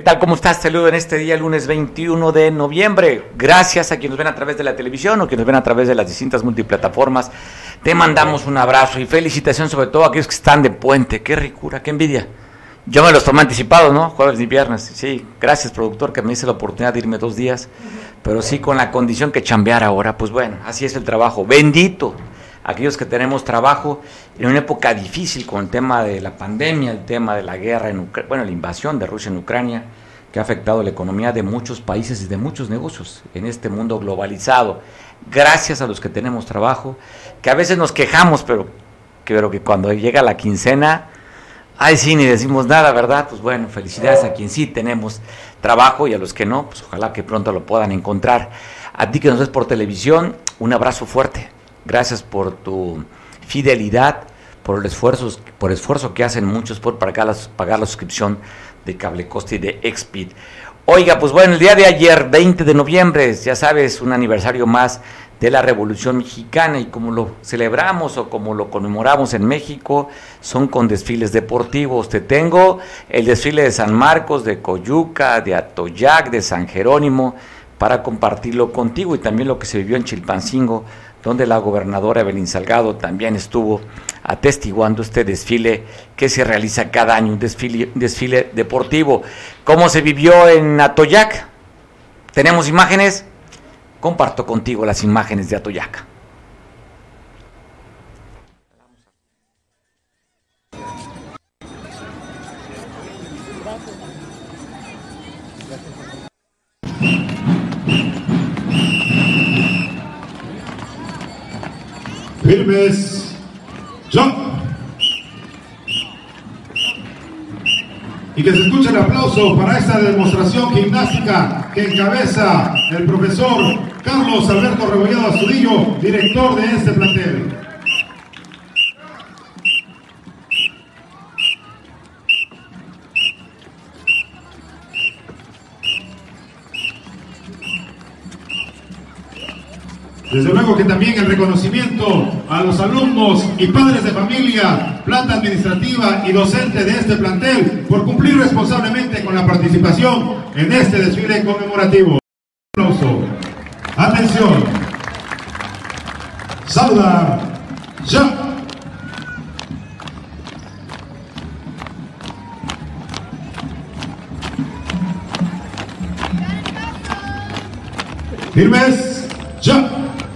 tal? ¿Cómo estás? Te saludo en este día, lunes 21 de noviembre. Gracias a quienes nos ven a través de la televisión o quienes nos ven a través de las distintas multiplataformas. Te mandamos un abrazo y felicitación sobre todo a aquellos que están de puente. ¡Qué ricura, qué envidia! Yo me los tomé anticipados, ¿no? Jueves y viernes. Sí, gracias, productor, que me hice la oportunidad de irme 2 días. Pero sí, con la condición que chambear ahora. Pues bueno, así es el trabajo. Bendito aquellos que tenemos trabajo en una época difícil con el tema de la pandemia, el tema de la guerra en Ucrania, bueno, la invasión de Rusia en Ucrania, que ha afectado la economía de muchos países y de muchos negocios en este mundo globalizado. Gracias a los que tenemos trabajo, que a veces nos quejamos, pero que cuando llega la quincena, ay sí, ni decimos nada, ¿verdad? Pues bueno, felicidades a quien sí tenemos trabajo y a los que no, pues ojalá que pronto lo puedan encontrar. A ti que nos ves por televisión, un abrazo fuerte. Gracias por tu fidelidad, por el esfuerzo que hacen muchos por pagar la suscripción de Cable Costa y de Xpid. Oiga, pues bueno, el día de ayer, 20 de noviembre, ya sabes, un aniversario más de la Revolución Mexicana, y como lo celebramos o como lo conmemoramos en México, son con desfiles deportivos. Te tengo el desfile de San Marcos, de Coyuca, de Atoyac, de San Jerónimo, para compartirlo contigo, y también lo que se vivió en Chilpancingo, donde la gobernadora Evelyn Salgado también estuvo atestiguando este desfile que se realiza cada año, un desfile deportivo. ¿Cómo se vivió en Atoyac? ¿Tenemos imágenes? Comparto contigo las imágenes de Atoyac. Firmes, jump. Y que se escuche el aplauso para esta demostración gimnástica que encabeza el profesor Carlos Alberto Rebollado Astudillo, director de este plantel. Desde luego que también el reconocimiento a los alumnos y padres de familia, planta administrativa y docente de este plantel por cumplir responsablemente con la participación en este desfile conmemorativo. Un aplauso. Atención. Saludar. Ya. Firmes. Ya.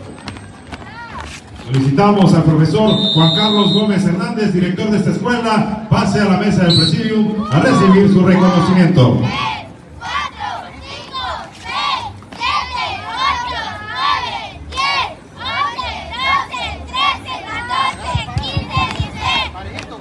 Solicitamos al profesor Juan Carlos Gómez Hernández, director de esta escuela, pase a la mesa del presidium a recibir su reconocimiento. 3, 4, 5, 6, 7, 8, 9, 10, 11, 12, 13, 14, 15, 16.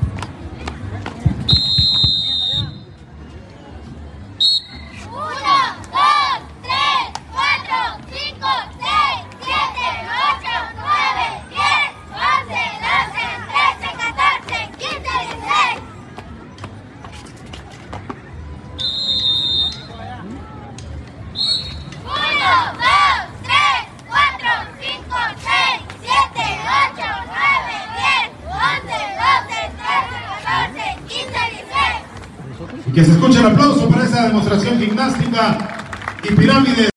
1, 2, 3, 4, 5, 6, 7, 8, 9, 10, 11, 12, 13, 14, 15, 16. 1, 2, 3, 4, 5, 6, 7, 8, 9, 10, 11, 12, 13, 14, 15, 16. Y que se escuche el aplauso para esa demostración gimnástica y pirámide.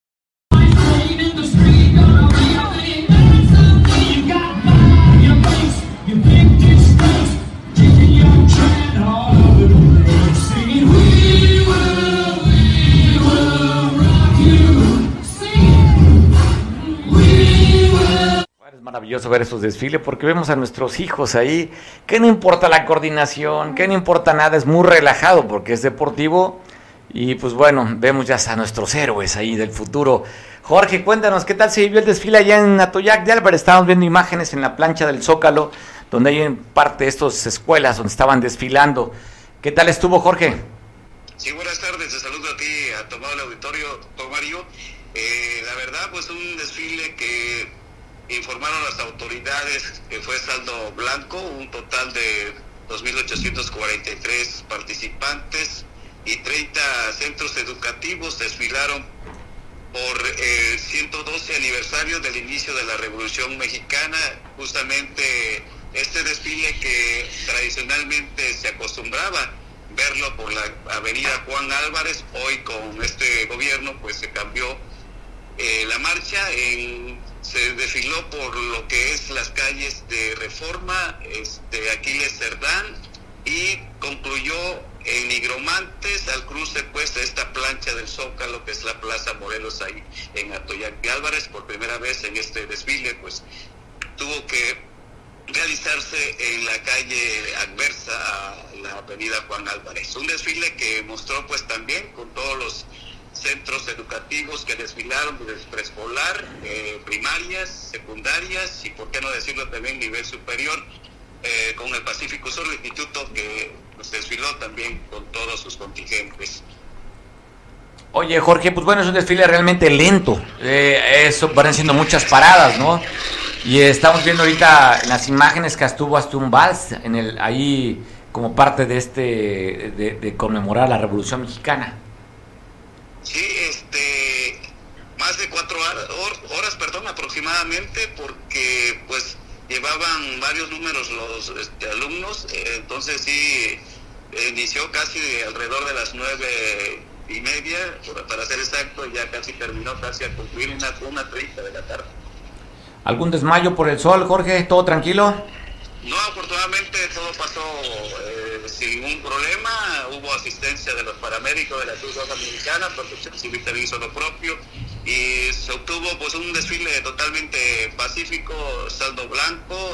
Es maravilloso ver esos desfiles porque vemos a nuestros hijos ahí, que no importa la coordinación, que no importa nada, es muy relajado porque es deportivo. Y pues bueno, vemos ya a nuestros héroes ahí del futuro. Jorge, cuéntanos, ¿qué tal se vivió el desfile allá en Atoyac de Álvarez? Estábamos viendo imágenes en la plancha del Zócalo, donde hay en parte de estas escuelas donde estaban desfilando. ¿Qué tal estuvo, Jorge? Sí, buenas tardes, te saludo a ti, a tu amable auditorio, don Mario. La verdad, pues un desfile que informaron las autoridades que fue saldo blanco, un total de 2.843 participantes y 30 centros educativos desfilaron por el 112 aniversario del inicio de la Revolución Mexicana. Justamente este desfile que tradicionalmente se acostumbraba verlo por la avenida Juan Álvarez. Hoy con este gobierno pues se cambió la marcha, se desfiló por lo que es las calles de Reforma, Aquiles Cerdán, y concluyó en Nigromantes al cruce pues de esta plancha del Zócalo, que es la Plaza Morelos, ahí en Atoyac de Álvarez. Por primera vez en este desfile pues tuvo que realizarse en la calle adversa a la avenida Juan Álvarez. Un desfile que mostró pues también con todos los centros educativos que desfilaron, desde preescolar, primarias, secundarias y por qué no decirlo también nivel superior, con el Pacífico Sur, el instituto que pues desfiló también con todos sus contingentes. Oye, Jorge, pues bueno, es un desfile realmente lento, eso van siendo muchas paradas, ¿no? Y estamos viendo ahorita en las imágenes que estuvo hasta un vals ahí como parte de de conmemorar la Revolución Mexicana. Sí, más de 4 horas, aproximadamente, porque pues llevaban varios números los alumnos, entonces sí, inició casi alrededor de las 9:30, para ser exacto, y ya casi terminó casi a concluir una 1:30 de la tarde. ¿Algún desmayo por el sol, Jorge? ¿Todo tranquilo? No, afortunadamente todo pasó sin ningún problema. Hubo asistencia de los paramédicos de la Cruz Roja Mexicana, Protección Civil también hizo lo propio, y se obtuvo pues un desfile totalmente pacífico, saldo blanco,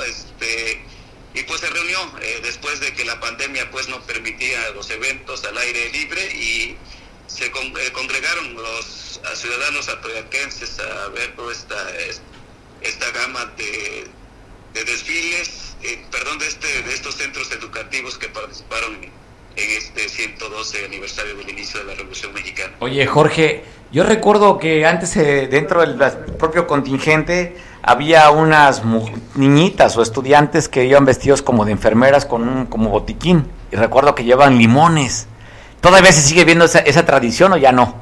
y pues se reunió después de que la pandemia pues no permitía los eventos al aire libre, y se congregaron los ciudadanos atoyaquenses a ver toda esta gama de desfiles, de estos centros educativos que participaron en este 112 aniversario del inicio de la Revolución Mexicana. Oye, Jorge, yo recuerdo que antes dentro del propio contingente había unas niñitas o estudiantes que iban vestidos como de enfermeras como botiquín, y recuerdo que llevaban limones. ¿Todavía se sigue viendo esa tradición o ya no?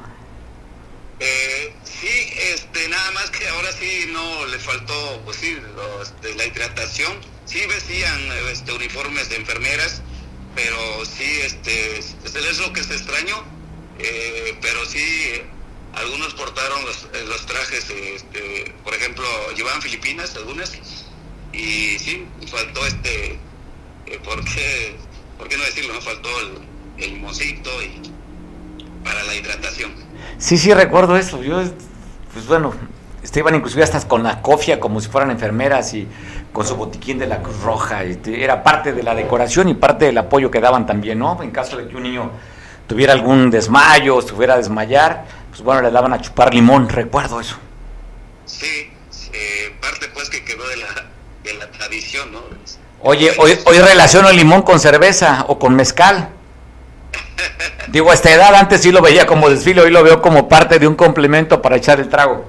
Sí, nada más que ahora sí no le faltó, pues sí, la hidratación. Sí vestían uniformes de enfermeras, pero sí, es lo que se extrañó, pero sí, algunos portaron los trajes, por ejemplo, llevaban Filipinas algunas, y sí, faltó ¿por qué no decirlo? No faltó el limoncito y para la hidratación. Sí, recuerdo eso. Yo, pues bueno, iban inclusive hasta con la cofia como si fueran enfermeras y con su botiquín de la Cruz Roja. Era parte de la decoración y parte del apoyo que daban también, ¿no? En caso de que un niño tuviera algún desmayo, se fuera a desmayar, pues bueno, le daban a chupar limón, recuerdo eso. Sí, parte pues que quedó de la tradición, ¿no? Oye, hoy relaciono el limón con cerveza o con mezcal. Digo, a esta edad antes sí lo veía como desfile, hoy lo veo como parte de un complemento para echar el trago.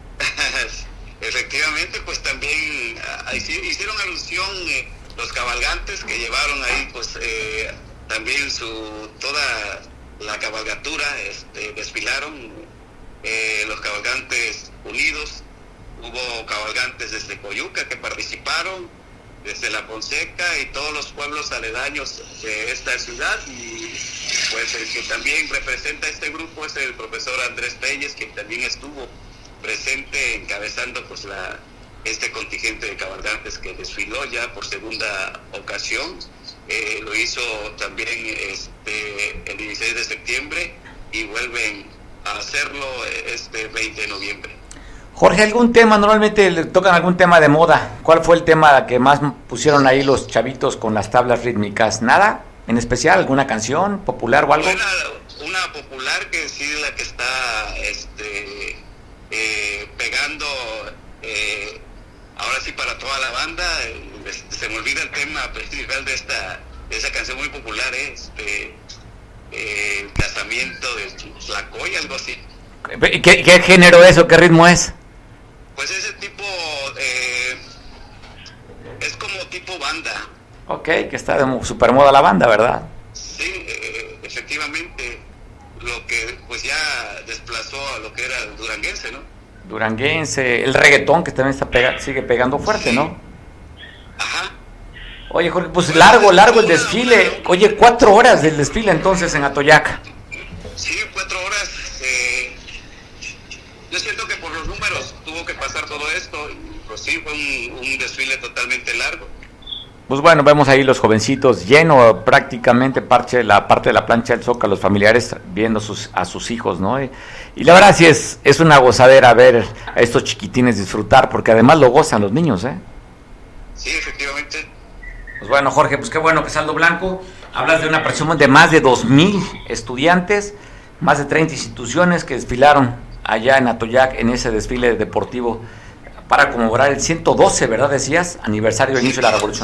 Efectivamente, pues también hicieron alusión los cabalgantes que llevaron ahí, pues también toda la cabalgatura, desfilaron los cabalgantes unidos. Hubo cabalgantes desde Coyuca que participaron, desde La Fonseca y todos los pueblos aledaños de esta ciudad, y pues el que también representa este grupo es el profesor Andrés Telles, que también estuvo presente encabezando pues este contingente de cabalgantes que desfiló ya por segunda ocasión. Lo hizo también el 16 de septiembre y vuelven a hacerlo este 20 de noviembre. Jorge, ¿algún tema? Normalmente le tocan algún tema de moda. ¿Cuál fue el tema que más pusieron ahí los chavitos con las tablas rítmicas? ¿Nada en especial? ¿Alguna canción popular o algo? Una popular que sí es la que está pegando ahora sí para toda la banda. Se me olvida el tema principal de esa canción muy popular, Casamiento de Tlacoy, algo así. ¿Qué género es o qué ritmo es? Pues ese tipo es como tipo banda. Ok, que está de super moda la banda, ¿verdad? Sí, efectivamente, lo que pues ya desplazó a lo que era el duranguense, ¿no? Duranguense, el reggaetón que también sigue pegando fuerte, sí. ¿no? Ajá. Oye, Jorge, pues largo el desfile. Oye, 4 horas del desfile entonces en Atoyac. Sí, 4 horas. Yo siento que por los números tuvo que pasar todo esto. Pues sí, fue un desfile totalmente largo. Pues bueno, vemos ahí los jovencitos lleno prácticamente la parte de la plancha del Zócalo, los familiares viendo a sus hijos, ¿no? Y la verdad sí es una gozadera ver a estos chiquitines disfrutar, porque además lo gozan los niños, ¿eh? Sí, efectivamente. Pues bueno, Jorge, pues qué bueno que Saldo Blanco. Hablas de una presión de más de 2,000 estudiantes, más de 30 instituciones que desfilaron allá en Atoyac en ese desfile deportivo para conmemorar el 112, ¿verdad? Decías, aniversario del inicio de la revolución.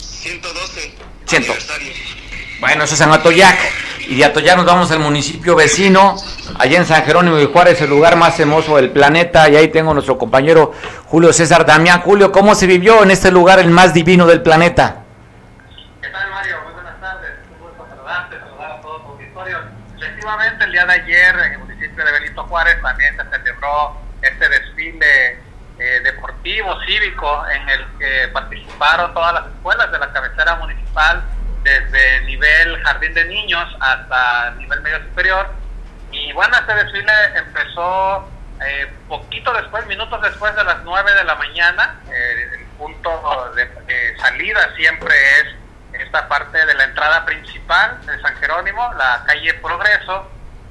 112 aniversario. Bueno, eso es en Atoyac. Y de Atoyac nos vamos al municipio vecino, allá en San Jerónimo de Juárez, el lugar más hermoso del planeta. Y ahí tengo a nuestro compañero Julio César Damián. Julio, ¿cómo se vivió en este lugar el más divino del planeta? ¿Qué tal, Mario? Muy buenas tardes. Un gusto saludar a todo tu auditorio. Efectivamente, el día de ayer en el municipio de Benito Juárez también se celebró este desfile deportivo, cívico, en el que participaron todas las escuelas de la cabecera municipal, desde nivel jardín de niños hasta nivel medio superior. Y bueno, este desfile empezó poquito después, minutos después de las 9 de la mañana. El punto de salida siempre es esta parte de la entrada principal de San Jerónimo, la calle Progreso.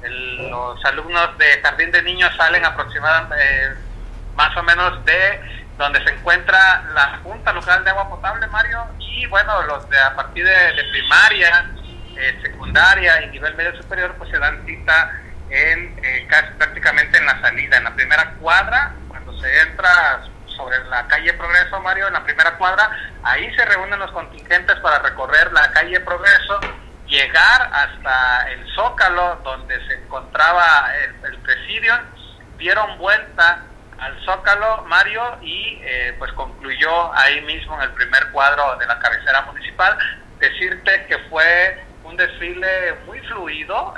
Los alumnos de jardín de niños salen aproximadamente más o menos de donde se encuentra la Junta Local de Agua Potable, Mario, y bueno, los de a partir de primaria, secundaria y nivel medio superior, pues se dan cita en casi prácticamente en la salida, en la primera cuadra. Cuando se entra sobre la calle Progreso, Mario, en la primera cuadra, ahí se reúnen los contingentes para recorrer la calle Progreso, llegar hasta el Zócalo, donde se encontraba el presidio, dieron vuelta al Zócalo, Mario, y pues concluyó ahí mismo en el primer cuadro de la cabecera municipal. Decirte que fue un desfile muy fluido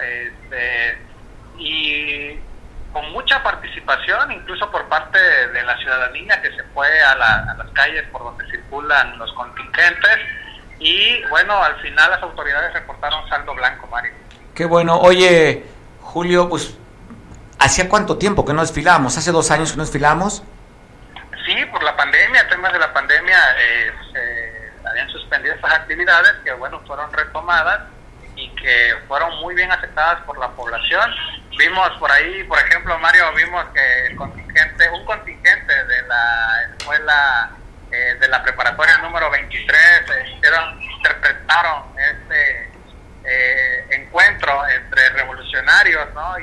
y con mucha participación, incluso por parte de la ciudadanía que se fue a las calles por donde circulan los contingentes. Y bueno, al final las autoridades reportaron saldo blanco, Mario. Qué bueno. Oye, Julio, pues ¿hacía cuánto tiempo que no desfilábamos? ¿Hace 2 años que no desfilamos? Sí, por la pandemia, temas de la pandemia, se habían suspendido estas actividades que, bueno, fueron retomadas y que fueron muy bien aceptadas por la población. Vimos por ahí, por ejemplo, Mario, vimos que un contingente de la escuela de la preparatoria número 23 interpretaron este encuentro entre revolucionarios, ¿no?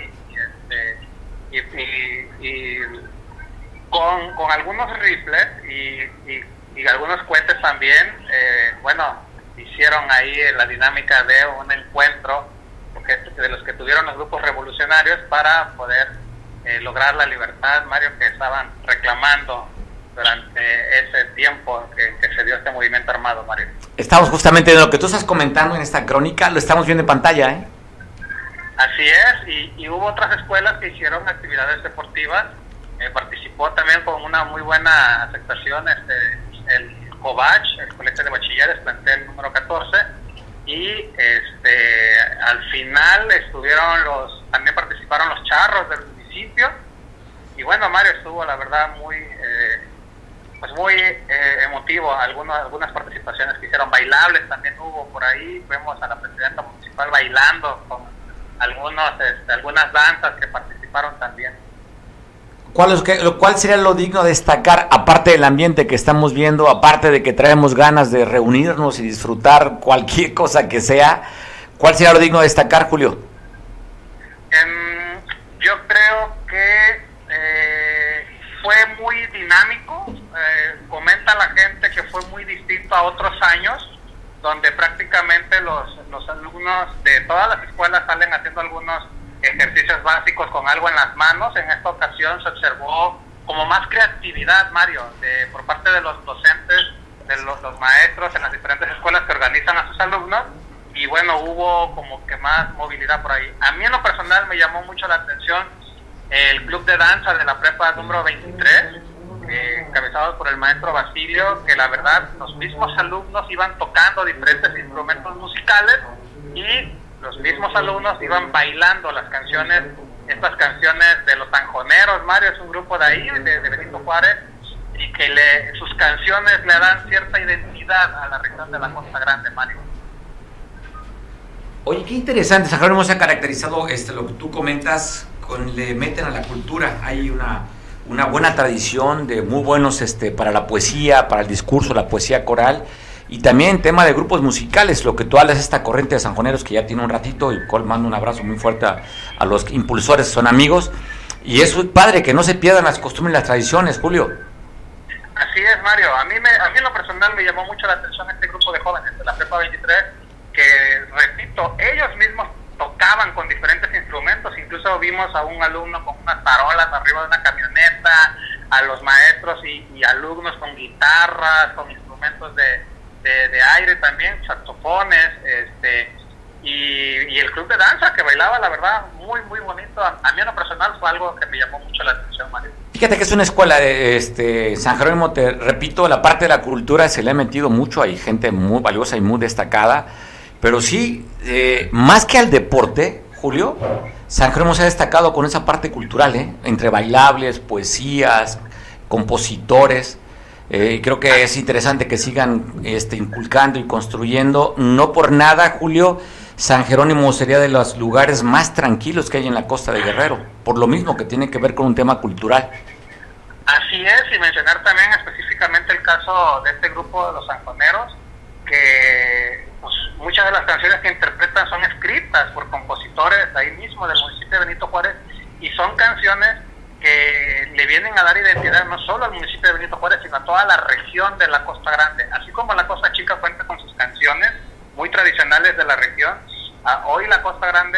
Y con algunos rifles y algunos cohetes también, bueno, hicieron ahí la dinámica de un encuentro de los que tuvieron los grupos revolucionarios para poder lograr la libertad, Mario, que estaban reclamando durante ese tiempo que se dio este movimiento armado, Mario. Estamos justamente de lo que tú estás comentando en esta crónica, lo estamos viendo en pantalla, ¿eh? Así es, y hubo otras escuelas que hicieron actividades deportivas. Participó también con una muy buena aceptación el COBACH, el Colegio de Bachilleres, plantel número 14, y al final también participaron los charros del municipio. Y bueno, Mario, estuvo la verdad muy emotivo. Algunas participaciones que hicieron, bailables también hubo por ahí. Vemos a la presidenta municipal bailando con algunas danzas que participaron también. ¿Cuál sería lo digno de destacar, aparte del ambiente que estamos viendo, aparte de que traemos ganas de reunirnos y disfrutar cualquier cosa que sea? ¿Cuál sería lo digno de destacar, Julio? Yo creo que fue muy dinámico. Comenta la gente que fue muy distinto a otros años, donde prácticamente los alumnos de todas las escuelas salen haciendo algunos ejercicios básicos con algo en las manos. En esta ocasión se observó como más creatividad, Mario, por parte de los docentes, de los maestros en las diferentes escuelas que organizan a sus alumnos, y bueno, hubo como que más movilidad por ahí. A mí en lo personal me llamó mucho la atención el club de danza de la prepa número 23, encabezados por el maestro Basilio, que la verdad los mismos alumnos iban tocando diferentes instrumentos musicales y los mismos alumnos iban bailando las canciones, estas canciones de los sanjoneros. Mario, es un grupo de ahí, de Benito Juárez, y que sus canciones le dan cierta identidad a la región de la Costa Grande, Mario. Oye, qué interesante. San Jerónimo se ha caracterizado, lo que tú comentas, le meten a la cultura. Hay una buena tradición de muy buenos para la poesía, para el discurso, la poesía coral, y también tema de grupos musicales, lo que tú hablas, esta corriente de sanjoneros que ya tiene un ratito, y cual mando un abrazo muy fuerte a los impulsores, son amigos, y es padre que no se pierdan las costumbres y las tradiciones, Julio. Así es, Mario. A mí en lo personal me llamó mucho la atención este grupo de jóvenes de la Prepa 23, que, repito, ellos mismos tocaban con diferentes instrumentos. Incluso vimos a un alumno con unas tarolas arriba de una camioneta, a los maestros y alumnos con guitarras, con instrumentos de aire también, saxofones, y el club de danza que bailaba, la verdad, muy muy bonito. A mí en lo personal fue algo que me llamó mucho la atención, Mario. Fíjate que es una escuela de San Jerónimo, te repito, la parte de la cultura se le ha metido mucho, hay gente muy valiosa y muy destacada, pero sí, más que al deporte, Julio, San Jerónimo se ha destacado con esa parte cultural, entre bailables, poesías, compositores. Creo que es interesante que sigan inculcando y construyendo. No por nada, Julio, San Jerónimo sería de los lugares más tranquilos que hay en la costa de Guerrero, por lo mismo que tiene que ver con un tema cultural. Así es, y mencionar también específicamente el caso de este grupo de los sanjoneros, que pues, muchas de las canciones que interpretan son escritas por compositores ahí mismo del municipio de Benito Juárez, y son canciones que le vienen a dar identidad no solo al municipio de Benito Juárez, sino a toda la región de la Costa Grande. Así como la Costa Chica cuenta con sus canciones muy tradicionales de la región, hoy la Costa Grande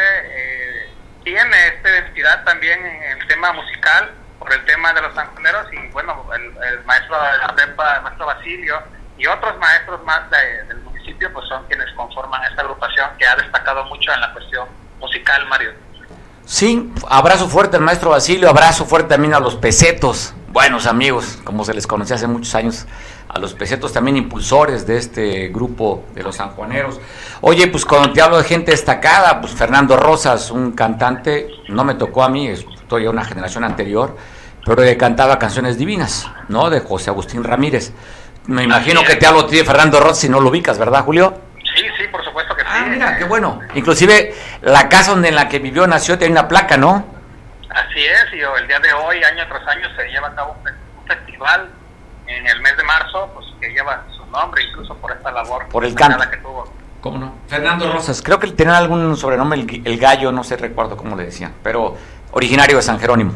tiene esta identidad también en el tema musical, por el tema de los sanjoneros, y bueno, el maestro de la prepa, el maestro Basilio, y otros maestros más del municipio, pues son quienes conforman esta agrupación que ha destacado mucho en la cuestión musical, Mario. Sí, abrazo fuerte al maestro Basilio, abrazo fuerte también a los pesetos, buenos amigos, como se les conocía hace muchos años, a los pesetos también impulsores de este grupo de los sanjuaneros. Oye, pues cuando te hablo de gente destacada, pues Fernando Rosas, un cantante, no me tocó a mí, estoy a una generación anterior, pero cantaba canciones divinas, ¿no? De José Agustín Ramírez. Me imagino que te hablo a ti de Fernando Rosas si no lo ubicas, ¿verdad, Julio? Sí, por supuesto que sí. Mira, qué bueno. Inclusive la casa en la que vivió, nació, tiene una placa, ¿no? Así es, y el día de hoy, año tras año, se lleva a cabo un festival en el mes de marzo, pues que lleva su nombre, incluso por esta labor por el canto que tuvo. ¿Cómo no? Fernando Rosas, creo que tenía algún sobrenombre, el gallo, no sé, recuerdo cómo le decían, pero originario de San Jerónimo.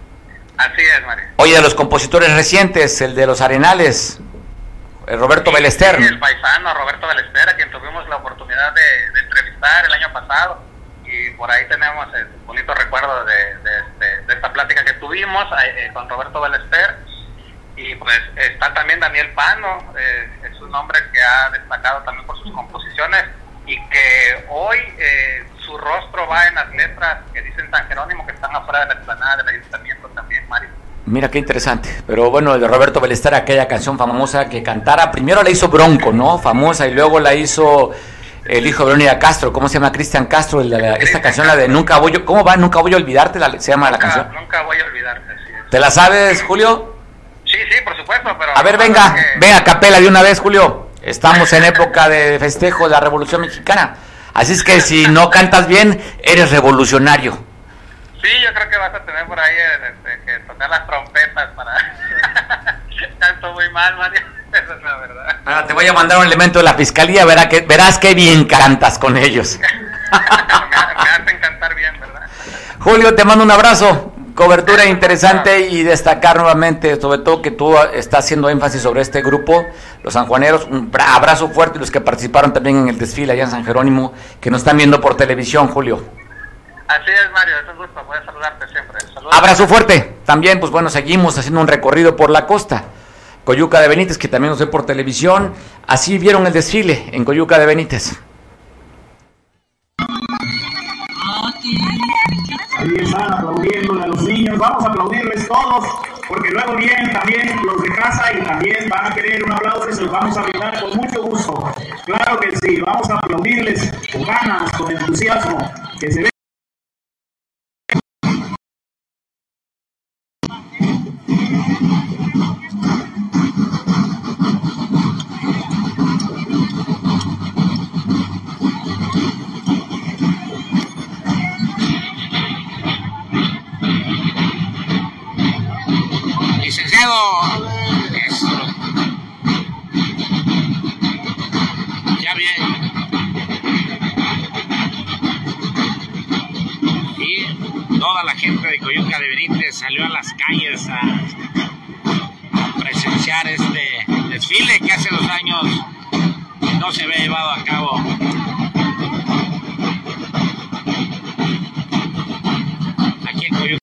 Así es, Mario. Oye, de los compositores recientes, el de Los Arenales, Roberto Belester. Sí, el paisano Roberto Belester, a quien tuvimos la oportunidad de entrevistar el año pasado, y por ahí tenemos el bonito recuerdo de esta plática que tuvimos con Roberto Belester. Y pues está también Daniel Pano, es un hombre que ha destacado también por sus composiciones, y que hoy su rostro va en las letras que dicen San Jerónimo, que están afuera de la explanada del ayuntamiento también, Mario. Mira qué interesante. Pero bueno, el de Roberto Belester, aquella canción famosa que cantara, primero la hizo Bronco, ¿no? Famosa, y luego la hizo el hijo de Verónica Castro. ¿Cómo se llama? Cristian Castro. Esta canción, la de Nunca voy a... ¿Cómo va? Nunca voy a olvidarte, se llama la canción. Nunca voy a olvidarte, sí. ¿Te la sabes, Julio? Sí, por supuesto, pero... A ver, venga capela de una vez, Julio. Estamos en época de festejo de la Revolución Mexicana. Así es que si no cantas bien, eres revolucionario. Sí, yo creo que vas a tener por ahí que tocar las trompetas para... Canto muy mal, Mario. Esa es la verdad. Ahora te voy a mandar un elemento de la fiscalía, verás qué bien cantas con ellos. me hacen cantar bien, ¿verdad? Julio, te mando un abrazo. Cobertura interesante y destacar nuevamente, sobre todo que tú estás haciendo énfasis sobre este grupo, los sanjuaneros. Un abrazo fuerte y los que participaron también en el desfile allá en San Jerónimo, que nos están viendo por televisión, Julio. Así es, Mario, es un gusto poder saludarte siempre. Saludos. Abrazo fuerte. También, pues bueno, seguimos haciendo un recorrido por la costa. Coyuca de Benítez, que también nos ve por televisión. Así vieron el desfile en Coyuca de Benítez. Ahí están aplaudiéndole a los niños. Vamos a aplaudirles todos. porque luego vienen también los de casa y también van a querer un aplauso y se los vamos a brindar con mucho gusto. Claro que sí, vamos a aplaudirles con ganas, con entusiasmo, que se ve. Eso. Ya bien. Y toda la gente de Coyuca de Benítez salió a las calles a presenciar este desfile que hace 2 años no se había llevado a cabo. Aquí en Coyuca.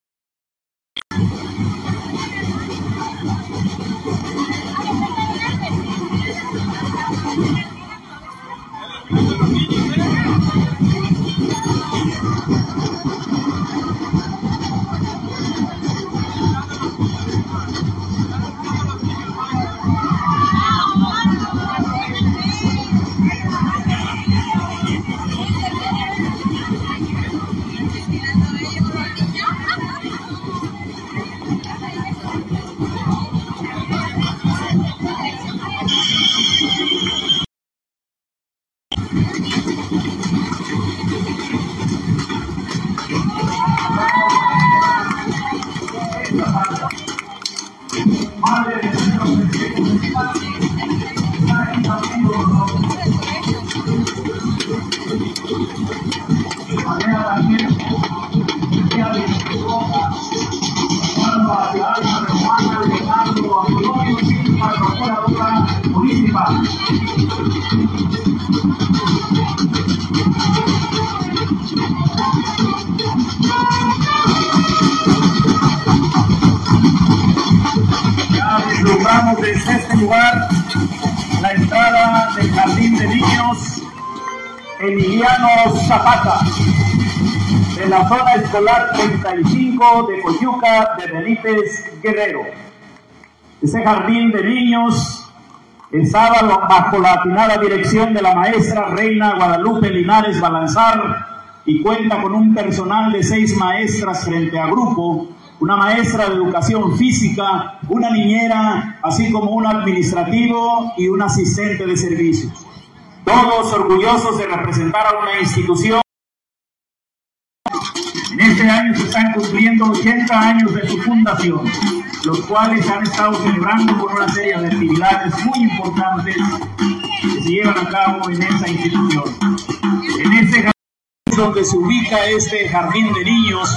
Vislumbramos desde este lugar la entrada del Jardín de Niños Emiliano Zapata de la zona escolar 35 de Coyuca de Benítez, Guerrero. Este jardín de niños estaba bajo la atinada dirección de la maestra Reina Guadalupe Linares Balanzar y cuenta con un personal de 6 maestras frente a grupo, una maestra de educación física, una niñera, así como un administrativo y un asistente de servicios. Todos orgullosos de representar a una institución. En este año se están cumpliendo 80 años de su fundación, los cuales han estado celebrando con una serie de actividades muy importantes que se llevan a cabo en esa institución. En este jardín es donde se ubica este jardín de niños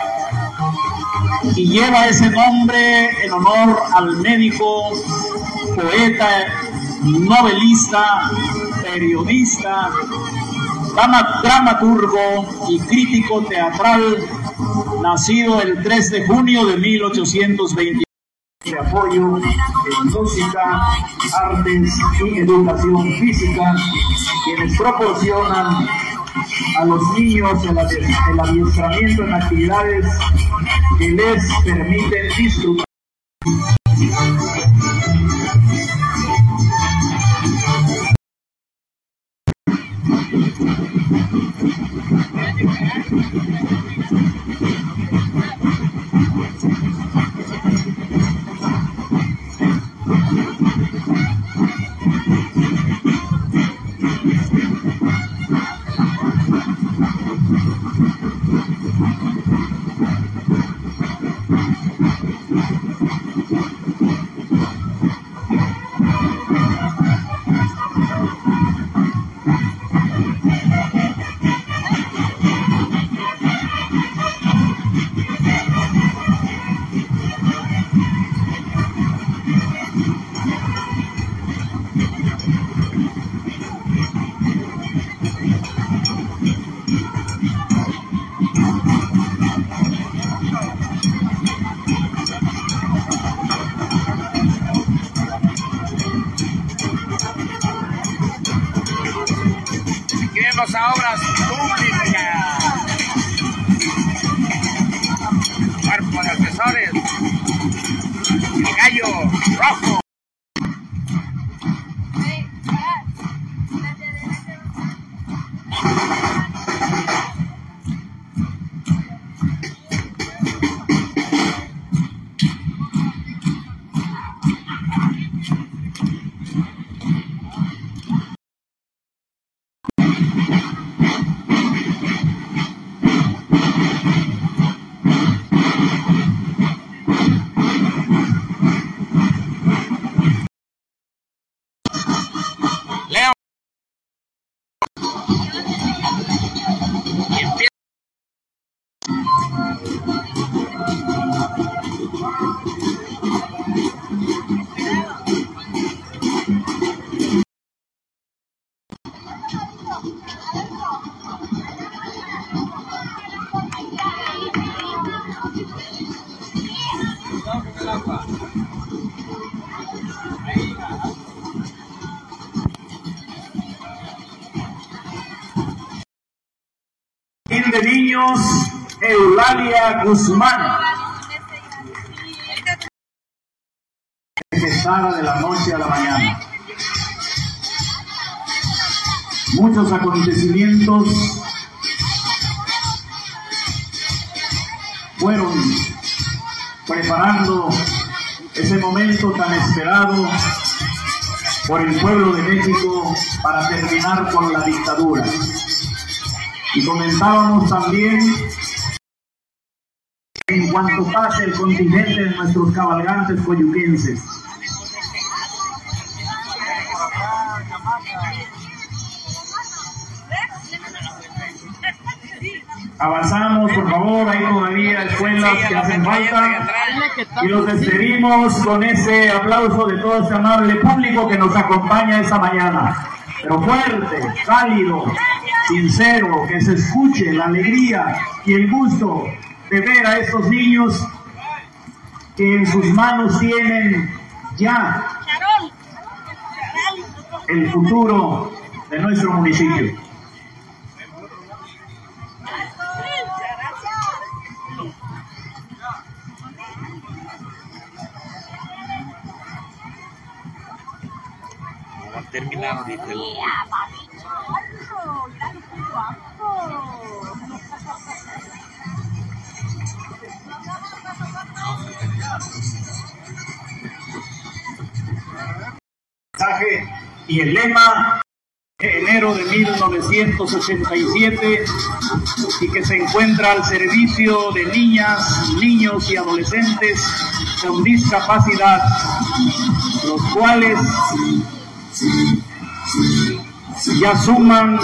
y lleva ese nombre en honor al médico, poeta, novelista, periodista, dramaturgo y crítico teatral, nacido el 3 de junio de 1820. De apoyo en música, artes y educación física, quienes proporcionan a los niños el adiestramiento en actividades que les permiten disfrutar. A obras públicas, cuerpo de asesores. De niños, Eulalia Guzmán, gestada de la noche a la mañana. Muchos acontecimientos fueron preparando ese momento tan esperado por el pueblo de México para terminar con la dictadura. Y comentábamos también, en cuanto pase el contingente de nuestros cabalgantes coyuquenses. Avanzamos, por favor, hay todavía escuelas que hacen falta y los despedimos con ese aplauso de todo este amable público que nos acompaña esta mañana. Pero fuerte, cálido, sincero, que se escuche la alegría y el gusto de ver a estos niños que en sus manos tienen ya el futuro de nuestro municipio. Terminar ahorita. Y el lema de enero de 1987 y que se encuentra al servicio de niñas, niños y adolescentes con discapacidad, los cuales ya suman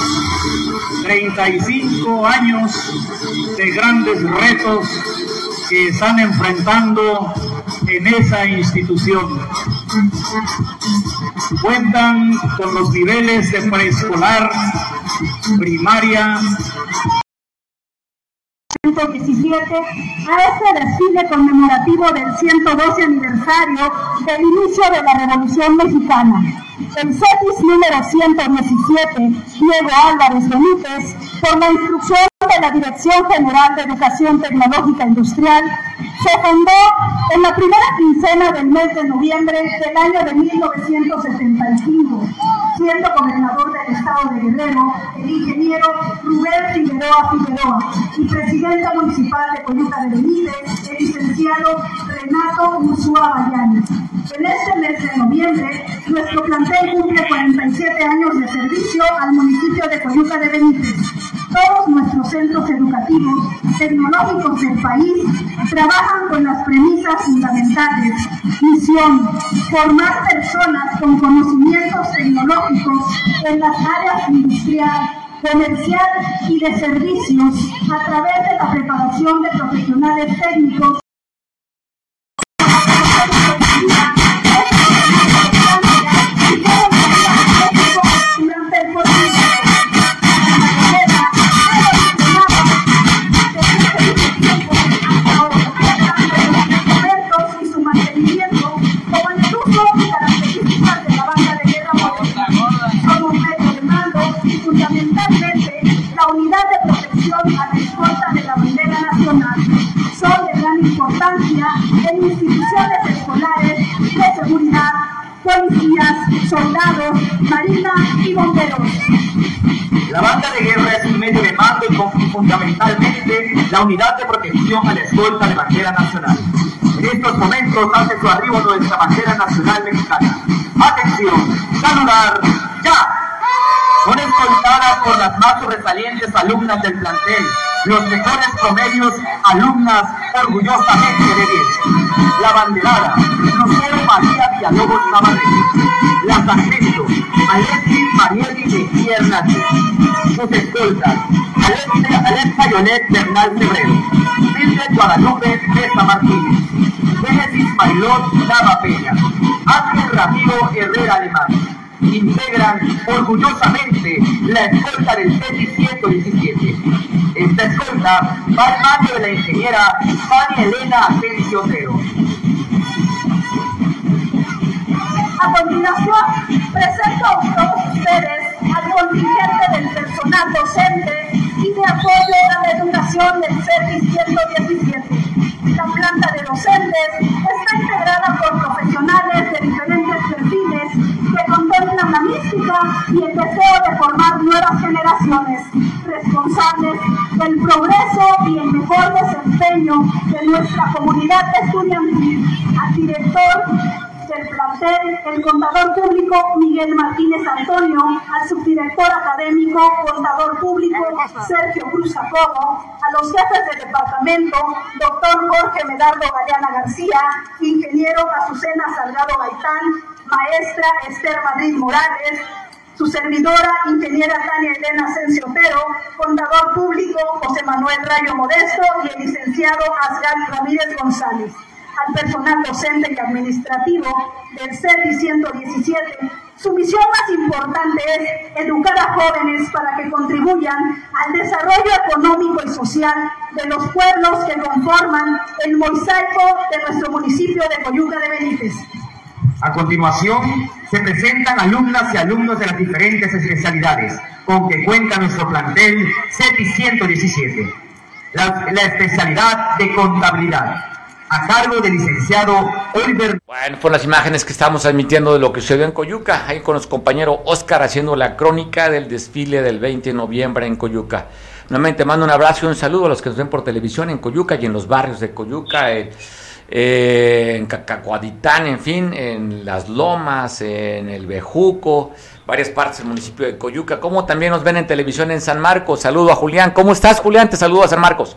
35 años de grandes retos que están enfrentando en esa institución. Cuentan con los niveles de preescolar, primaria, 117 a este desfile conmemorativo del 112 aniversario del inicio de la Revolución Mexicana. El CETIS número 117, Diego Álvarez Benítez, por la instrucción de la Dirección General de Educación Tecnológica Industrial, se fundó en la primera quincena del mes de noviembre del año de 1975, siendo gobernador del estado de Guerrero el ingeniero Rubén Figueroa Figueroa y presidente municipal de Coyuca de Benítez el licenciado Renato Ursúa Bayanes. En este mes de noviembre, nuestro plantel cumple 47 años de servicio al municipio de Coyuca de Benítez. Todos nuestros centros educativos tecnológicos del país trabajan con las premisas fundamentales. Misión: formar personas con conocimientos tecnológicos en las áreas industrial, comercial y de servicios a través de la preparación de profesionales técnicos. En instituciones escolares de seguridad, policías, soldados, marina y bomberos. La banda de guerra es un medio de mando y fundamentalmente la unidad de protección a la escolta de bandera nacional. En estos momentos hace su arribo nuestra bandera nacional mexicana. ¡Atención! ¡Saludar! ¡Ya! Son escoltadas por las más sobresalientes alumnas del plantel, los mejores promedios, alumnas orgullosamente de 10. La banderada, Lucero María Villalobos Navarrete. La sargento, Alexis Marieli Mejía Hernández. Sus escoltas, Alexa Yolet Bernal Febrero. Mildred Guadalupe Mesa Martínez. Génesis Mailot Nava Peña, Ángel Ramiro Herrera Alemán. Integran orgullosamente la escolta del CETIS 117. Esta escolta va al mando de la ingeniera Fanny Elena Asensio Otero. A continuación, presento a todos ustedes al contingente del personal docente y de apoyo a la educación del CETIS 117. La planta de docentes está integrada por profesionales de diferentes perfiles que contemplan la mística y el deseo de formar nuevas generaciones responsables del progreso y el mejor desempeño de nuestra comunidad estudiantil. Al director del plantel, el contador público Miguel Martínez Antonio, al subdirector académico, contador público Sergio Cruz Jacobo, a los jefes del departamento, doctor Jorge Medardo Galeana García, ingeniero Azucena Salgado Gaitán, maestra Esther Madrid Morales, su servidora, ingeniera Tania Elena Asensio Otero, contador público José Manuel Rayo Modesto y el licenciado Asgar Ramírez González. Al personal docente y administrativo del CETIS 117, su misión más importante es educar a jóvenes para que contribuyan al desarrollo económico y social de los pueblos que conforman el mosaico de nuestro municipio de Coyuca de Benítez. A continuación, se presentan alumnas y alumnos de las diferentes especialidades con que cuenta nuestro plantel CETIS 117. La especialidad de contabilidad, a cargo del licenciado Oliver. Bueno, fueron las imágenes que estamos transmitiendo de lo que sucedió en Coyuca, ahí con nuestro compañero Oscar haciendo la crónica del desfile del 20 de noviembre en Coyuca. Nuevamente mando un abrazo y un saludo a los que nos ven por televisión en Coyuca y en los barrios de Coyuca, en Cacahuatitán, en fin, en Las Lomas, en el Bejuco, varias partes del municipio de Coyuca, como también nos ven en televisión en San Marcos. Saludo a Julián. ¿Cómo estás, Julián? Te saludo a San Marcos.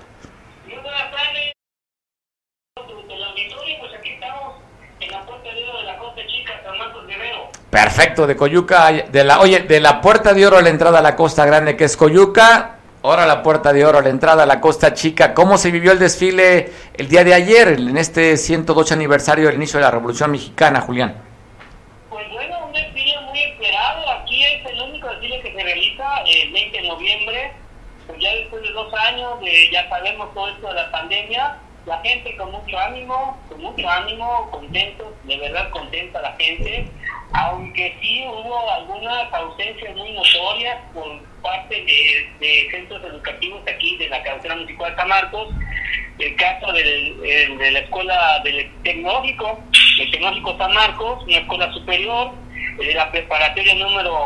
Perfecto, de Coyuca, de la Puerta de Oro a la entrada a la Costa Grande, que es Coyuca, ahora la Puerta de Oro a la entrada a la Costa Chica. ¿Cómo se vivió el desfile el día de ayer, en este 112 aniversario del inicio de la Revolución Mexicana, Julián? Pues bueno, un desfile muy esperado. Aquí es el único desfile que se realiza el 20 de noviembre, pues ya después de 2 años, ya sabemos todo esto de la pandemia. La gente con mucho ánimo, contentos, de verdad contenta la gente, aunque sí hubo algunas ausencias muy notorias por parte de centros educativos aquí de la cabecera municipal de San Marcos. El caso de la escuela del tecnológico, el tecnológico San Marcos, una escuela superior, de la preparatoria número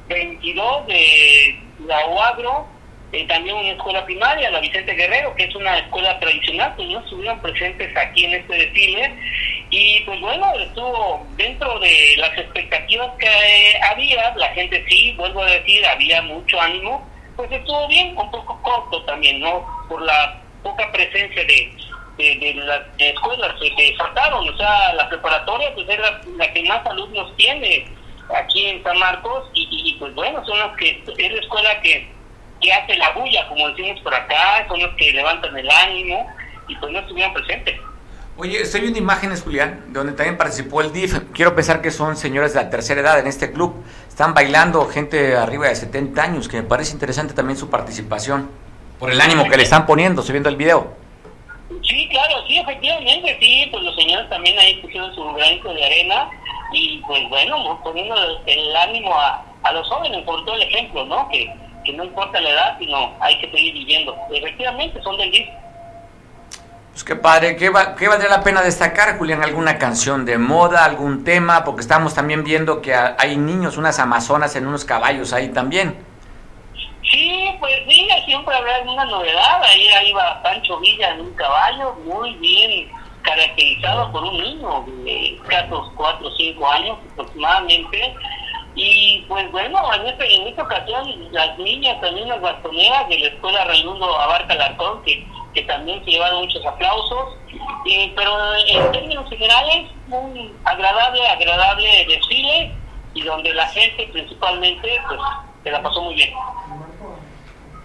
22 de la UAGRO, también una escuela primaria, la Vicente Guerrero, que es una escuela tradicional, pues no estuvieron presentes aquí en este desfile. Y pues bueno, estuvo dentro de las expectativas que había, la gente sí, vuelvo a decir, había mucho ánimo, pues estuvo bien, un poco corto también, ¿no? Por la poca presencia de las escuelas que faltaron, o sea, la preparatoria pues es la que más alumnos tiene aquí en San Marcos, y pues bueno, son las que, es la escuela que hace la bulla, como decimos por acá, son los que levantan el ánimo, y pues no estuvieron presentes. Oye, estoy viendo imágenes, Julián, donde también participó el DIF. Quiero pensar que son señores de la tercera edad en este club. Están bailando gente arriba de 70 años, que me parece interesante también su participación, por el ánimo que le están poniendo, estoy viendo el video. Sí, claro, sí, efectivamente, sí, pues los señores también ahí pusieron su granito de arena, y pues bueno, poniendo el ánimo a los jóvenes, por todo el ejemplo, ¿no? Que no importa la edad, sino hay que seguir viviendo. Efectivamente, son del DIF. Pues qué padre. ¿Qué valdría la pena destacar, Julián? ¿Alguna canción de moda, algún tema? Porque estamos también viendo que hay niños, unas amazonas en unos caballos ahí también. Sí, pues sí, siempre habrá alguna novedad. Ahí iba Pancho Villa en un caballo, muy bien caracterizado por un niño de escasos 4 o 5 años aproximadamente. Y pues bueno, en esta ocasión las niñas, también las bastoneras de la escuela Raimundo Abarca Alarcón, que también se llevaron muchos aplausos, pero en términos generales un agradable desfile, y donde la gente principalmente pues se la pasó muy bien.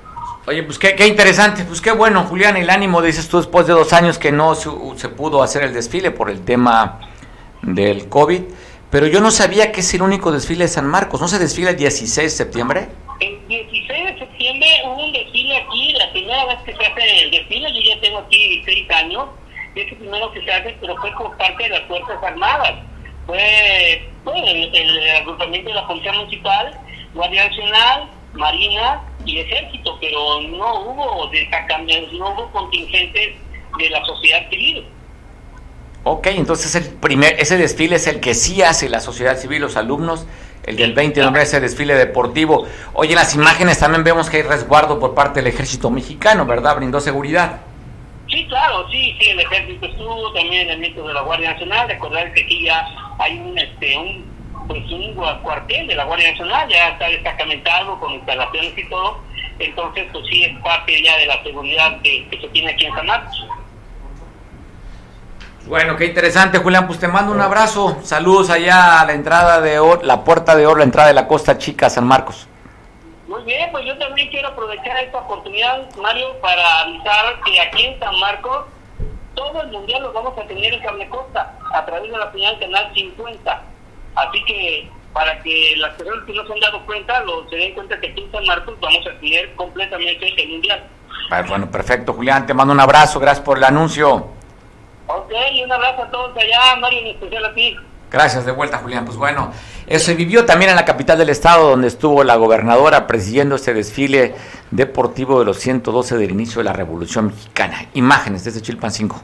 Oye, pues qué interesante, pues qué bueno, Julián, el ánimo, dices tú, después de 2 años que no se pudo hacer el desfile por el tema del COVID, pero yo no sabía que es el único desfile de San Marcos. ¿No se desfila el 16 de septiembre? El 16 de septiembre hubo un desfile aquí, la primera vez que se hace el desfile. Yo ya tengo aquí 6 años, y es el primero que se hace, pero fue por parte de las Fuerzas Armadas. Fue el agrupamiento de la Policía Municipal, Guardia Nacional, Marina y Ejército, pero no hubo destacamentos, no hubo contingentes de la sociedad civil. Ok, entonces ese desfile es el que sí hace la sociedad civil, los alumnos. El del 20 de noviembre es el desfile deportivo. Oye, en las imágenes también vemos que hay resguardo por parte del Ejército Mexicano, ¿verdad? Brindó seguridad. Sí, claro, sí, el Ejército estuvo, también el miembro de la Guardia Nacional. Recordar que aquí ya hay un cuartel de la Guardia Nacional, ya está destacamentado con instalaciones y todo. Entonces, pues sí, es parte ya de la seguridad que se tiene aquí en San Marcos. Bueno, qué interesante, Julián, pues te mando un abrazo, saludos allá a la entrada de la Puerta de Oro, la entrada de la Costa Chica, San Marcos. Muy bien, pues yo también quiero aprovechar esta oportunidad, Mario, para avisar que aquí en San Marcos todo el mundial lo vamos a tener en Carne Costa, a través de la señal Canal 50. Así que para que las personas que no se han dado cuenta, se den cuenta que aquí en San Marcos vamos a tener completamente el mundial. Bueno, perfecto, Julián, te mando un abrazo, gracias por el anuncio. Ok, y un abrazo a todos allá, Mario, en especial a ti. Gracias, de vuelta, Julián. Pues bueno, eso se vivió también en la capital del estado, donde estuvo la gobernadora presidiendo este desfile deportivo de los 112 del inicio de la Revolución Mexicana. Imágenes desde Chilpancingo.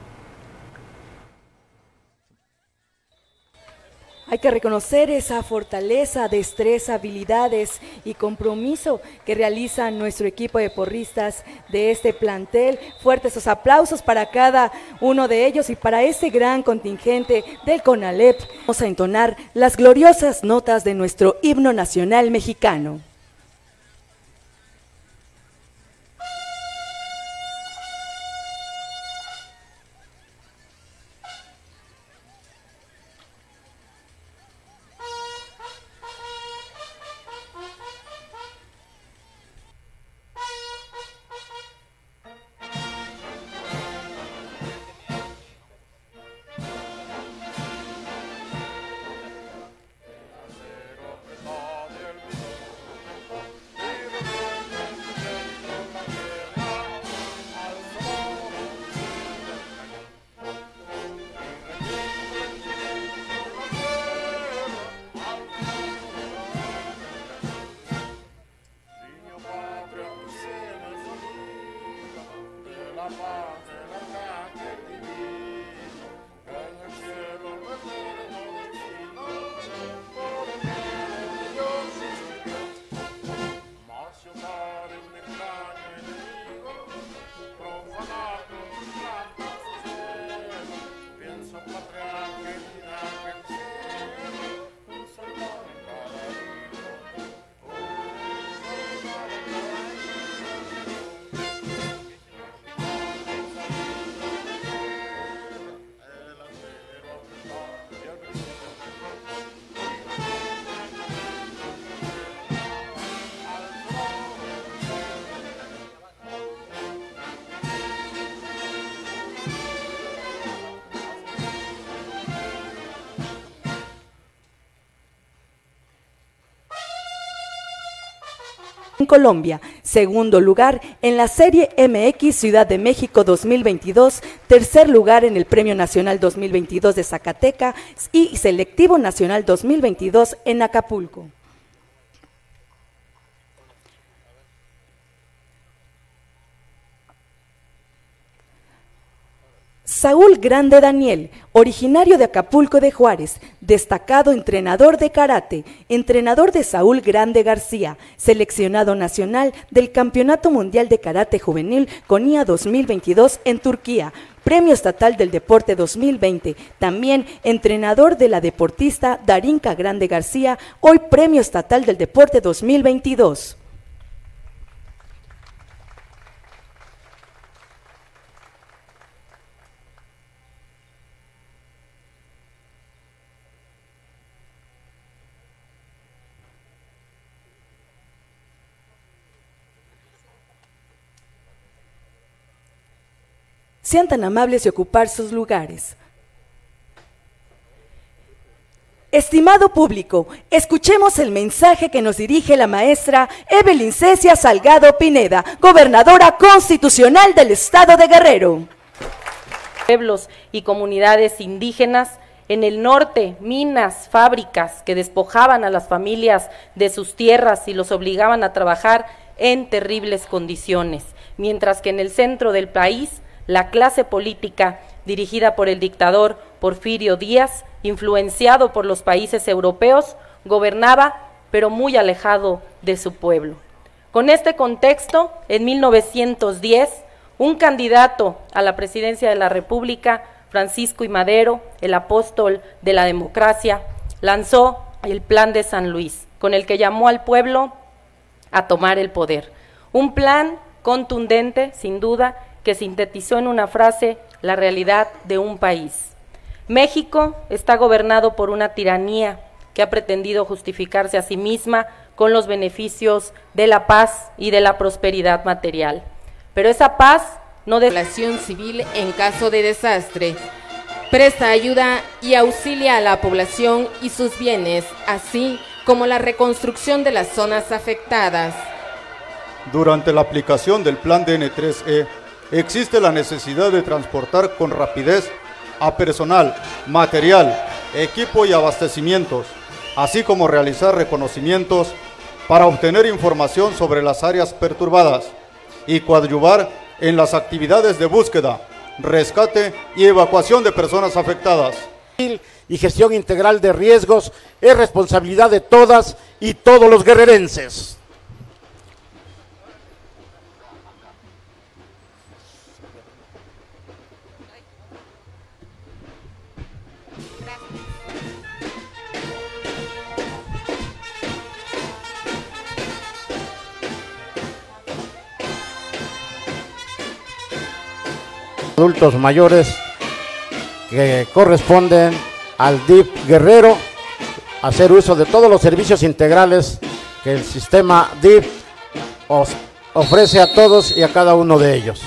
Hay que reconocer esa fortaleza, destreza, habilidades y compromiso que realiza nuestro equipo de porristas de este plantel. Fuertes esos aplausos para cada uno de ellos y para este gran contingente del CONALEP. Vamos a entonar las gloriosas notas de nuestro himno nacional mexicano. En Colombia, segundo lugar en la Serie MX Ciudad de México 2022, tercer lugar en el Premio Nacional 2022 de Zacatecas y Selectivo Nacional 2022 en Acapulco. Saúl Grande Daniel, originario de Acapulco de Juárez, destacado entrenador de karate, entrenador de Saúl Grande García, seleccionado nacional del Campeonato Mundial de Karate Juvenil CONIA 2022 en Turquía, Premio Estatal del Deporte 2020, también entrenador de la deportista Darinka Grande García, hoy Premio Estatal del Deporte 2022. sean tan amables de ocupar sus lugares. Estimado público, escuchemos el mensaje que nos dirige la maestra Evelyn Cecia Salgado Pineda, gobernadora constitucional del Estado de Guerrero. Pueblos y comunidades indígenas en el norte, minas, fábricas que despojaban a las familias de sus tierras y los obligaban a trabajar en terribles condiciones, mientras que en el centro del país, la clase política dirigida por el dictador Porfirio Díaz, influenciado por los países europeos, gobernaba, pero muy alejado de su pueblo. Con este contexto, en 1910, un candidato a la presidencia de la República, Francisco I. Madero, el apóstol de la democracia, lanzó el Plan de San Luis, con el que llamó al pueblo a tomar el poder. Un plan contundente, sin duda, que sintetizó en una frase la realidad de un país. México está gobernado por una tiranía que ha pretendido justificarse a sí misma con los beneficios de la paz y de la prosperidad material. Pero esa paz no de población civil en caso de desastre, presta ayuda y auxilia a la población y sus bienes, así como la reconstrucción de las zonas afectadas. Durante la aplicación del Plan DN3E, existe la necesidad de transportar con rapidez a personal, material, equipo y abastecimientos, así como realizar reconocimientos para obtener información sobre las áreas perturbadas y coadyuvar en las actividades de búsqueda, rescate y evacuación de personas afectadas. Y gestión integral de riesgos es responsabilidad de todas y todos los guerrerenses. Adultos mayores que corresponden al DIF Guerrero hacer uso de todos los servicios integrales que el sistema DIF ofrece a todos y a cada uno de ellos.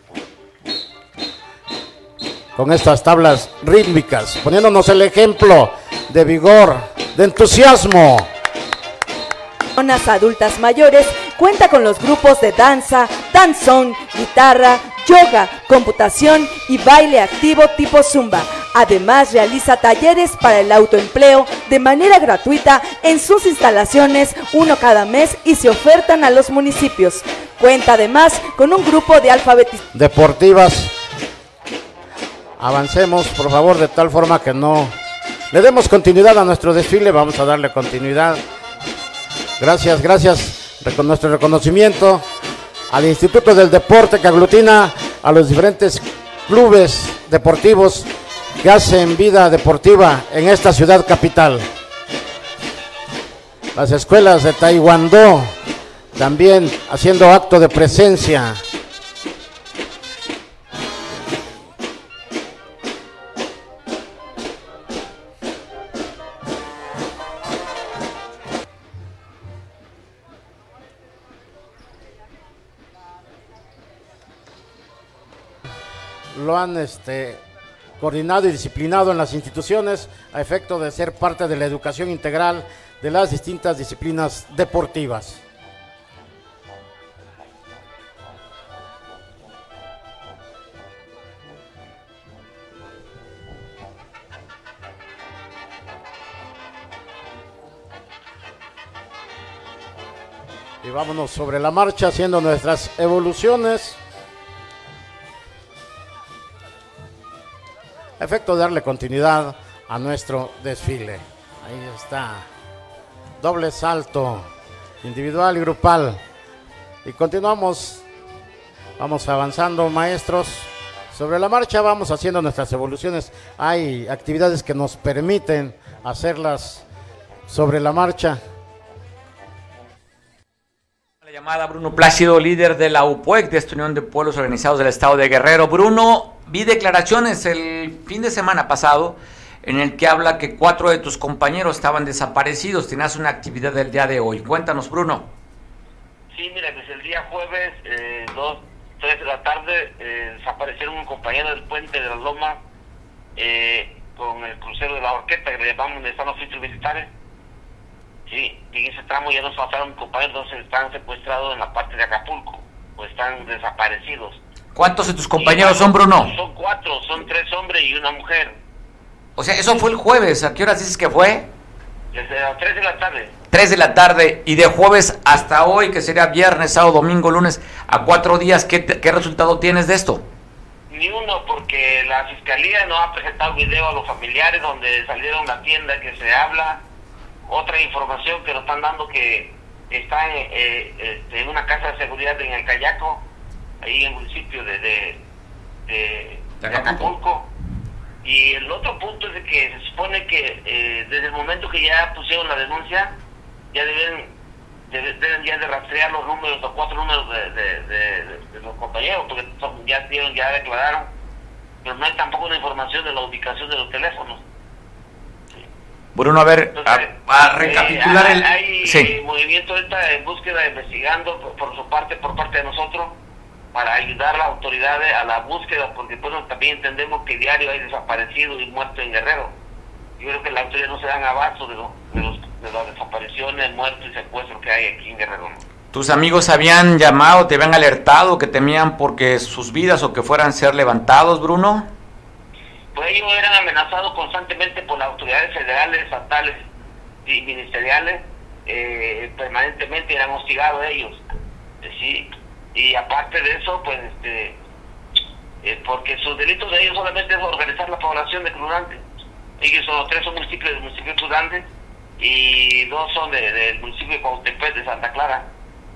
Con estas tablas rítmicas, poniéndonos el ejemplo de vigor, de entusiasmo. Personas adultas mayores cuenta con los grupos de danza, danzón, guitarra, yoga, computación y baile activo tipo zumba. Además, realiza talleres para el autoempleo de manera gratuita en sus instalaciones, uno cada mes, y se ofertan a los municipios. Cuenta además con un grupo de alfabetización deportivas. Avancemos, por favor, de tal forma que no le demos continuidad a nuestro desfile. Vamos a darle continuidad. Gracias, con nuestro reconocimiento al Instituto del Deporte, que aglutina a los diferentes clubes deportivos que hacen vida deportiva en esta ciudad capital. Las escuelas de Taekwondo también haciendo acto de presencia. Lo han coordinado y disciplinado en las instituciones a efecto de ser parte de la educación integral de las distintas disciplinas deportivas. Y vámonos sobre la marcha haciendo nuestras evoluciones. A efecto de darle continuidad a nuestro desfile. Ahí está. Doble salto, individual y grupal. Y continuamos. Vamos avanzando, maestros. Sobre la marcha vamos haciendo nuestras evoluciones. Hay actividades que nos permiten hacerlas sobre la marcha. La llamada Bruno Plácido, líder de la UPUEC, de esta Unión de Pueblos Organizados del Estado de Guerrero. Bruno, vi declaraciones el fin de semana pasado en el que habla que 4 de tus compañeros estaban desaparecidos. Tenías una actividad del día de hoy. Cuéntanos, Bruno. Sí, mira, desde el día jueves 2 3 de la tarde desaparecieron un compañero del puente de las Lomas con el crucero de la Horqueta, que le llamamos donde están los oficios militares. Sí, en ese tramo ya nos pasaron compañeros, entonces están secuestrados en la parte de Acapulco, o están desaparecidos. ¿Cuántos de tus compañeros son, Bruno? Son 4, son 3 hombres y una mujer. O sea, eso fue el jueves. ¿A qué horas dices que fue? Desde las 3 de la tarde. 3 de la tarde. Y de jueves hasta hoy, que sería viernes, sábado, domingo, lunes, a 4 días, ¿qué resultado tienes de esto? Ni uno, porque la fiscalía no ha presentado video a los familiares donde salieron la tienda que se habla. Otra información que nos están dando que está en una casa de seguridad en el Cayaco, ahí en el municipio de Acapulco. Y el otro punto es de que se supone que desde el momento que ya pusieron la denuncia, ya deben ya de rastrear los números, los 4 números de los compañeros, porque ya declararon, pero no hay tampoco una información de la ubicación de los teléfonos. Bruno, a ver, a recapitular hay movimiento ahorita en búsqueda, investigando por parte de nosotros, para ayudar a las autoridades a la búsqueda, porque bueno, también entendemos que diario hay desaparecidos y muertos en Guerrero. Yo creo que las autoridades no se dan abasto de las desapariciones, muertos y secuestros que hay aquí en Guerrero, ¿no? ¿Tus amigos habían llamado, te habían alertado que temían porque sus vidas o que fueran a ser levantados, Bruno? Pues ellos eran amenazados constantemente por las autoridades federales, estatales y ministeriales, permanentemente eran hostigados ellos, sí. Y aparte de eso, pues, porque sus delitos de ellos solamente es organizar la población de Cruzante. Ellos son 3 son municipios del municipio de Cruzante y 2 son del municipio de Cuautepec, de Santa Clara.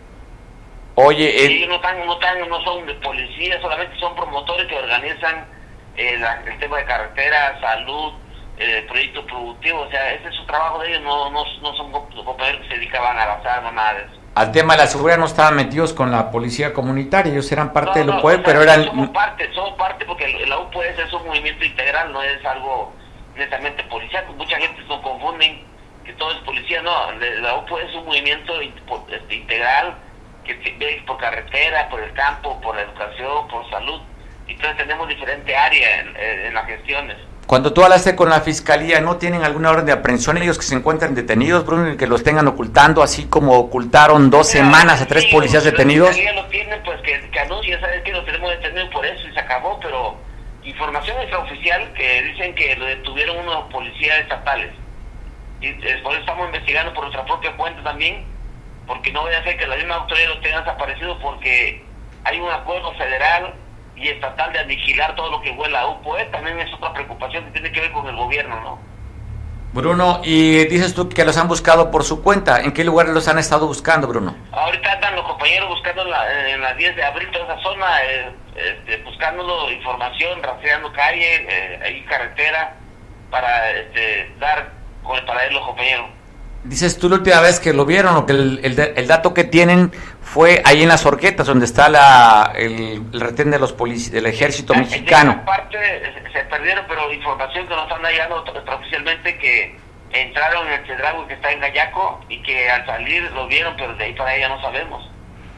Oye, ellos no son de policía, solamente son promotores que organizan el tema de carretera, salud, proyectos productivos. O sea, ese es su trabajo de ellos, no son compañeros que se dedicaban a las armas, nada de eso. Al tema de la seguridad no estaban metidos con la policía comunitaria, ellos eran parte del UPOE, pero eran... Somos parte porque la UPOE es un movimiento integral, no es algo netamente policial. Mucha gente se confunden que todo es policía, no, la UPOE es un movimiento integral que ve por carretera, por el campo, por la educación, por salud. Entonces tenemos diferentes áreas en las gestiones. Cuando tú hablaste con la fiscalía, ¿no tienen alguna orden de aprehensión ellos que se encuentran detenidos, Bruno, y que los tengan ocultando, así como ocultaron 2 semanas a 3 policías detenidos? La fiscalía lo tienen, pues que anuncien, ¿sabes qué? Los tenemos detenidos por eso y se acabó, pero información extraoficial que dicen que lo detuvieron unos policías estatales. Y por eso estamos investigando por nuestra propia cuenta también, porque no voy a hacer que la misma autoridad los tenga desaparecidos, porque hay un acuerdo federal y estatal de aniquilar todo lo que huela a UPOE. También es otra preocupación que tiene que ver con el gobierno, ¿no? Bruno, y dices tú que los han buscado por su cuenta. ¿En qué lugares los han estado buscando, Bruno? Ahorita andan los compañeros buscando en la 10 de abril, toda esa zona, buscándolo, información, rastreando calle, ahí carretera, para dar con el paradero los compañeros. Dices tú la última vez que lo vieron, o que el dato que tienen fue ahí en las Horquetas, donde está el retén de los del ejército mexicano. Esa parte se perdieron, pero información que nos están llegando oficialmente que entraron en el Chedraui que está en Gayaco y que al salir lo vieron, pero de ahí para allá no sabemos.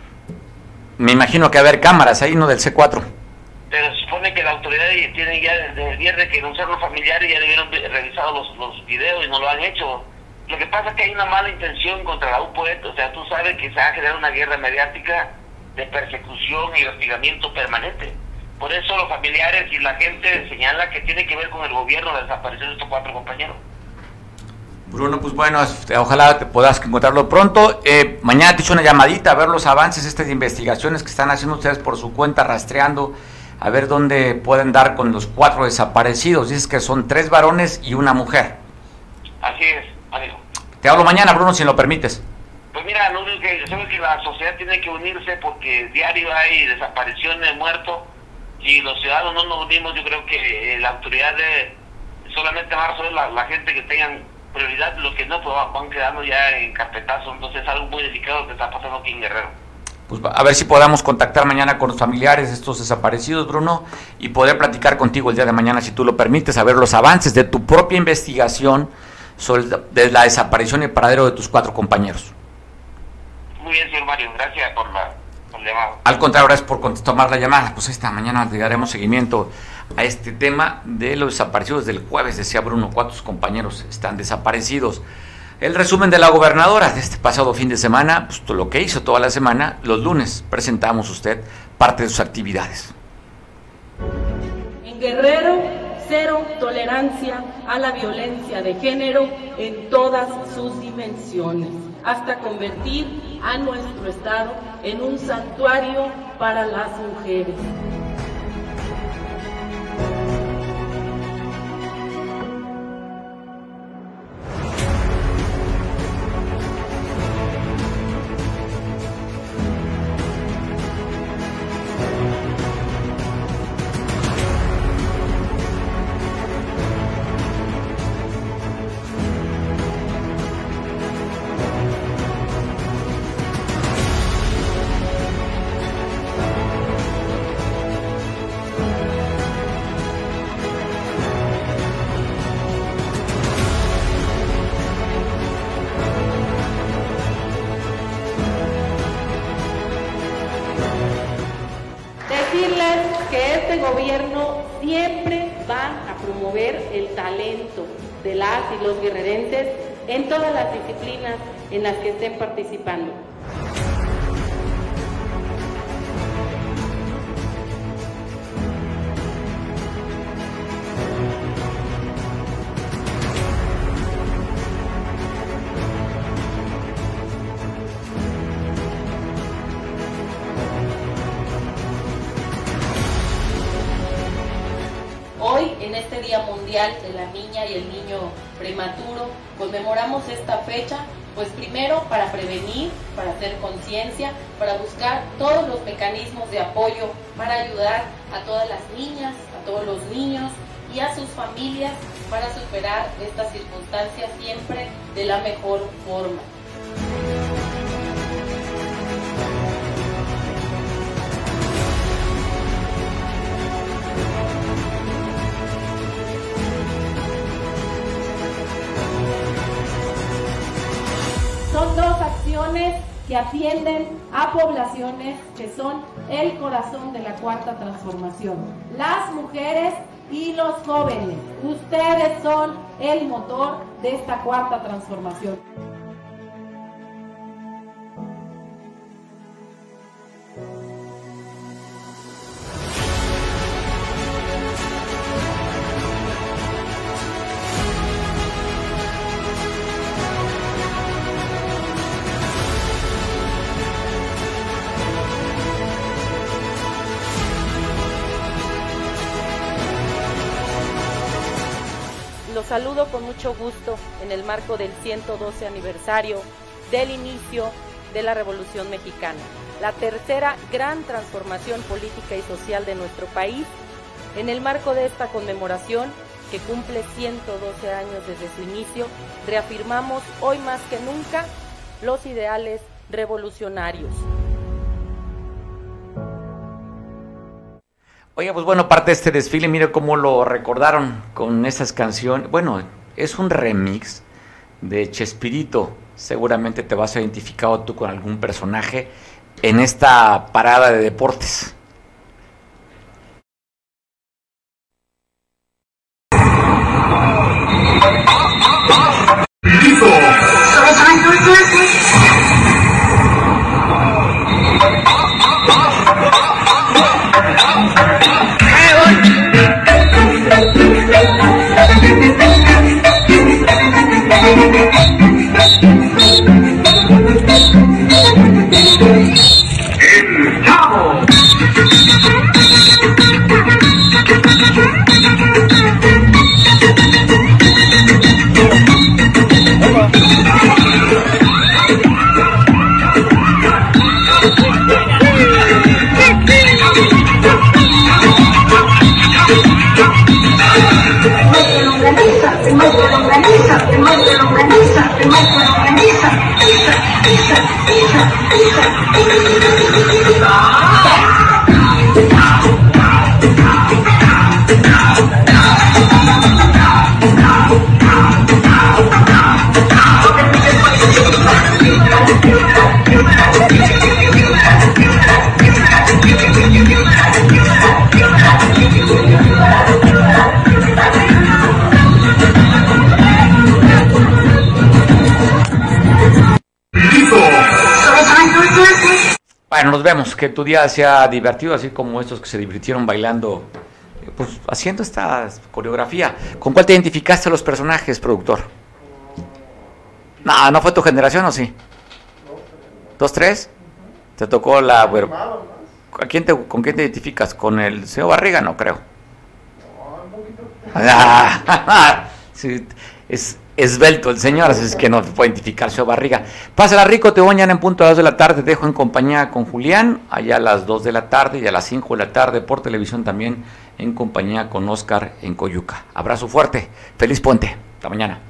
Me imagino que haber cámaras ahí, ¿no? Del C4. Pero se supone que la autoridad tiene ya desde el viernes que denunciaron los familiares, ya debieron revisar los videos y no lo han hecho. Lo que pasa es que hay una mala intención contra la UPOE, o sea, tú sabes que se va a generar una guerra mediática de persecución y hostigamiento permanente. Por eso los familiares y la gente señala que tiene que ver con el gobierno la desaparición de estos 4 compañeros. Bruno, pues bueno, ojalá te puedas encontrarlo pronto. Mañana te echo una llamadita a ver los avances, estas investigaciones que están haciendo ustedes por su cuenta, rastreando, a ver dónde pueden dar con los 4 desaparecidos. Dices que son 3 varones y una mujer. Así es, amigo. Te hablo mañana, Bruno, si lo permites. Pues mira, lo único que yo creo que la sociedad tiene que unirse, porque diario hay desapariciones, muertos, y los ciudadanos no nos unimos. Yo creo que la autoridad solamente va a resolver la gente que tengan prioridad, los que no, pues van quedando ya en carpetazo. Entonces es algo muy delicado que está pasando aquí en Guerrero. Pues a ver si podamos contactar mañana con los familiares de estos desaparecidos, Bruno, y poder platicar contigo el día de mañana, si tú lo permites, a ver los avances de tu propia investigación de la desaparición y el paradero de tus 4 compañeros. Muy bien, señor Mario, gracias por por el llamado. Al contrario, gracias por tomar la llamada. Pues esta mañana le daremos seguimiento a este tema de los desaparecidos del jueves. Decía Bruno, ¿cuántos compañeros están desaparecidos? El resumen de la gobernadora de este pasado fin de semana, pues lo que hizo toda la semana. Los lunes presentamos usted parte de sus actividades. En Guerrero, cero tolerancia a la violencia de género en todas sus dimensiones, hasta convertir a nuestro estado en un santuario para las mujeres. De las y los guerrerenses en todas las disciplinas en las que estén participando. Hoy, en este Día Mundial de la Niña y el Niño Prematuro, conmemoramos esta fecha, pues primero para prevenir, para hacer conciencia, para buscar todos los mecanismos de apoyo para ayudar a todas las niñas, a todos los niños y a sus familias para superar estas circunstancias siempre de la mejor forma. Son dos acciones que atienden a poblaciones que son el corazón de la Cuarta Transformación. Las mujeres y los jóvenes. Ustedes son el motor de esta Cuarta Transformación. Los saludo con mucho gusto en el marco del 112 aniversario del inicio de la Revolución Mexicana, la tercera gran transformación política y social de nuestro país. En el marco de esta conmemoración, que cumple 112 años desde su inicio, reafirmamos hoy más que nunca los ideales revolucionarios. Oye, pues bueno, parte de este desfile, mire cómo lo recordaron con esas canciones. Bueno, es un remix de Chespirito. Seguramente te vas a identificar tú con algún personaje en esta parada de deportes. El Chavo. Bueno, nos vemos, que tu día sea divertido, así como estos que se divirtieron bailando, pues haciendo esta coreografía. ¿Con cuál te identificaste a los personajes, productor? No fue tu generación, ¿o sí? 2, 3. Te tocó la... ¿Con quién te identificas? ¿Con el señor Barriga? No creo. Sí, es esbelto el señor, así es que no puede identificar señor Barriga. Pásala rico, te voy mañana en punto a las 2 de la tarde. Te dejo en compañía con Julián, allá a las 2 de la tarde y a las 5 de la tarde por televisión también en compañía con Oscar en Coyuca. Abrazo fuerte, feliz puente, hasta mañana.